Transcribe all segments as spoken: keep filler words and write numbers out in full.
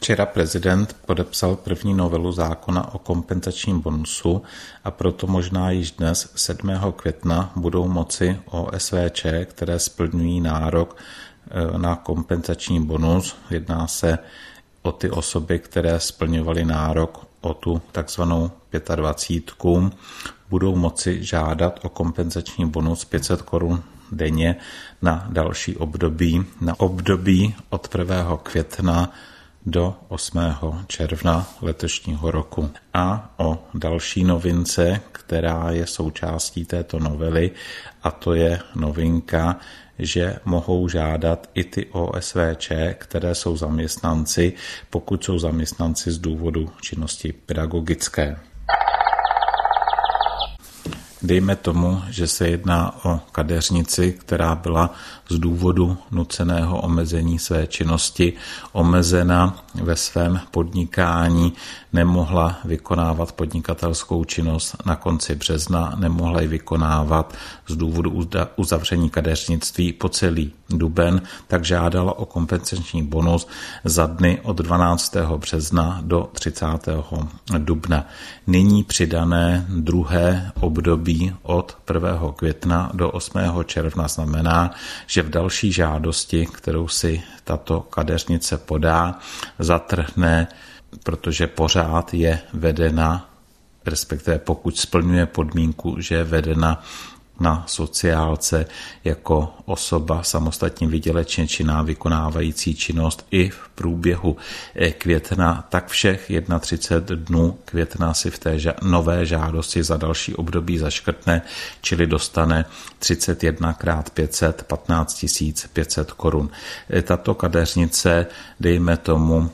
Včera prezident podepsal první novelu zákona o kompenzačním bonusu a proto možná již dnes, sedmého května, budou moci O S V Č, které splňují nárok na kompenzační bonus. Jedná se o ty osoby, které splňovaly nárok o tu takzvanou dvacítku pět, budou moci žádat o kompenzační bonus pět set korun denně na další období, na období od prvního května do osmého června letošního roku. A o další novince, která je součástí této novely, a to je novinka, že mohou žádat i ty O S V Č, které jsou zaměstnanci, pokud jsou zaměstnanci z důvodu činnosti pedagogické. Dejme tomu, že se jedná o kadeřnici, která byla z důvodu nuceného omezení své činnosti omezena ve svém podnikání, nemohla vykonávat podnikatelskou činnost na konci března, nemohla ji vykonávat z důvodu uzavření kadeřnictví po celý duben, tak žádala o kompenzační bonus za dny od dvanáctého března do třicátého dubna. Nyní přidané druhé období od prvního května do osmého června znamená, že v další žádosti, kterou si tato kadeřnice podá, zatrhne, protože pořád je vedena, respektive pokud splňuje podmínku, že je vedena na sociálce jako osoba samostatně výdělečně činná vykonávající činnost i v průběhu května, tak všech třicet jedna dnů května si v té nové žádosti za další období zaškrtne, čili dostane třicet jedna krát pět set, patnáct tisíc pět set korun. Tato kadeřnice, dejme tomu,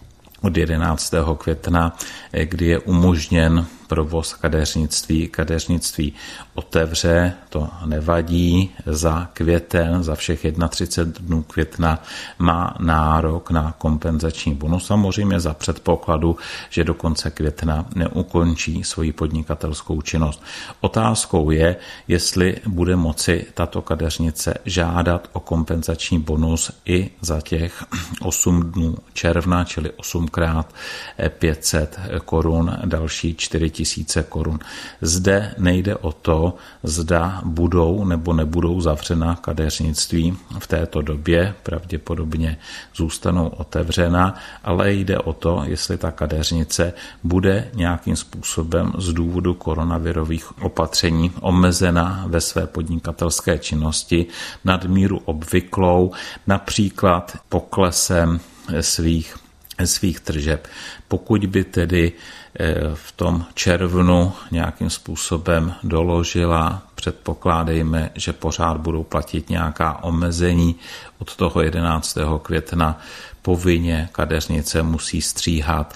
od jedenáctého května, kdy je umožněn provoz kadeřnictví, kadeřnictví otevře, to nevadí, za květen, za všech třicet jedna dnů května má nárok na kompenzační bonus, samozřejmě za předpokladu, že do konce května neukončí svoji podnikatelskou činnost. Otázkou je, jestli bude moci tato kadeřnice žádat o kompenzační bonus i za těch osm dnů června, čili osm krát pět set korun, další čtyři tisíce korun. Zde nejde o to, zda budou nebo nebudou zavřena kadeřnictví v této době, pravděpodobně zůstanou otevřena, ale jde o to, jestli ta kadeřnice bude nějakým způsobem z důvodu koronavirových opatření omezena ve své podnikatelské činnosti nadmíru obvyklou, například poklesem svých svých tržeb. Pokud by tedy v tom červnu nějakým způsobem doložila, předpokládejme, že pořád budou platit nějaká omezení od toho jedenáctého května, povinně kadeřnice musí stříhat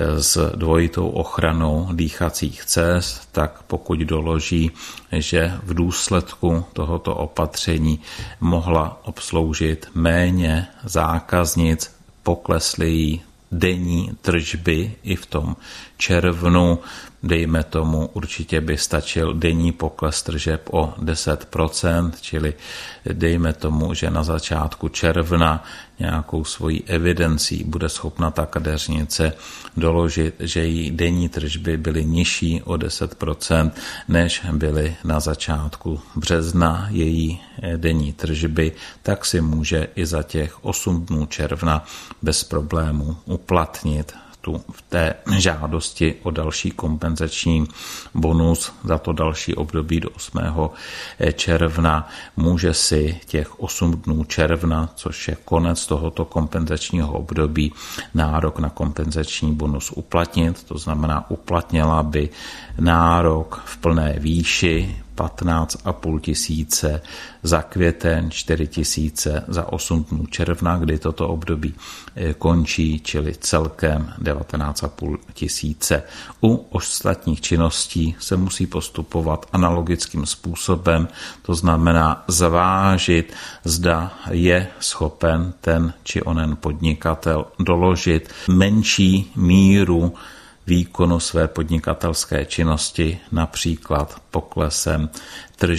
s dvojitou ochranou dýchacích cest, tak pokud doloží, že v důsledku tohoto opatření mohla obsloužit méně zákaznic, poklesly jí denní tržby i v tom červnu, dejme tomu, určitě by stačil denní pokles tržeb o deset procent, čili dejme tomu, že na začátku června nějakou svojí evidencí bude schopna ta kadeřnice doložit, že její denní tržby byly nižší o deset procent, než byly na začátku března její denní tržby, tak si může i za těch osm dnů června bez problémů uplatnit tu v té žádosti o další kompenzační bonus za to další období do osmého června. Může si těch osm dnů června, což je konec tohoto kompenzačního období, nárok na kompenzační bonus uplatnit, to znamená uplatnila by nárok v plné výši patnáct a půl tisíce za květen, čtyři tisíce za osm dnů června, kdy toto období končí, čili celkem devatenáct a půl tisíce. U ostatních činností se musí postupovat analogickým způsobem, to znamená zvážit, zda je schopen ten či onen podnikatel doložit menší míru výkonu své podnikatelské činnosti, například poklesem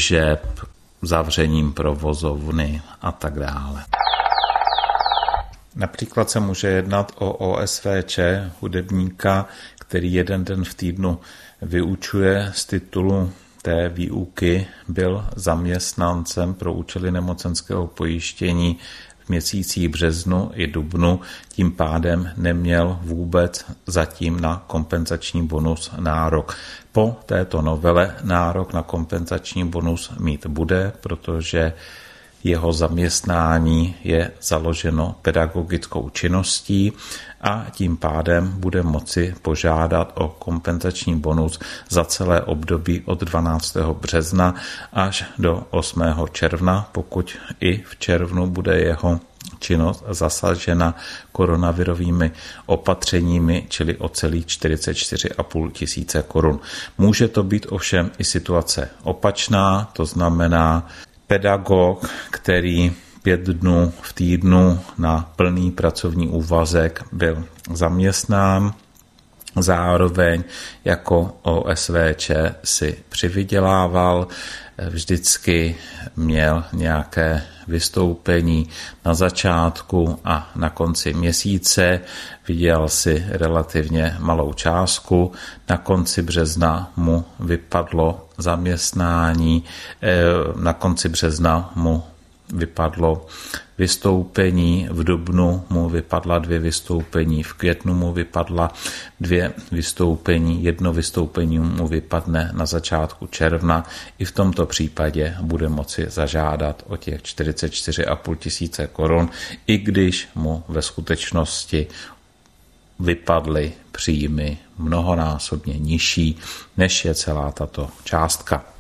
tržeb, zavřením provozovny a tak dále. Například se může jednat o O S V Č, hudebníka, který jeden den v týdnu vyučuje z titulu té výuky, byl zaměstnancem pro účely nemocenského pojištění v měsících březnu i dubnu, tím pádem neměl vůbec zatím na kompenzační bonus nárok. Po této novele nárok na kompenzační bonus mít bude, protože jeho zaměstnání je založeno pedagogickou činností a tím pádem bude moci požádat o kompenzační bonus za celé období od dvanáctého března až do osmého června, pokud i v červnu bude jeho činnost zasažena koronavirovými opatřeními, čili o celých čtyřicet čtyři a půl tisíce korun. Může to být ovšem i situace opačná, to znamená pedagog, který pět dnů v týdnu na plný pracovní úvazek byl zaměstnán, zároveň jako O S V Č si přivydělával, vždycky měl nějaké vystoupení na začátku a na konci měsíce, vydělal si relativně malou částku, na konci března mu vypadlo zaměstnání, na konci března mu vypadlo vystoupení, v dubnu mu vypadla dvě vystoupení, v květnu mu vypadla dvě vystoupení, jedno vystoupení mu vypadne na začátku června. I v tomto případě bude moci zažádat o těch čtyřicet čtyři a půl tisíce korun, i když mu ve skutečnosti vypadly příjmy mnohonásobně nižší, než je celá tato částka.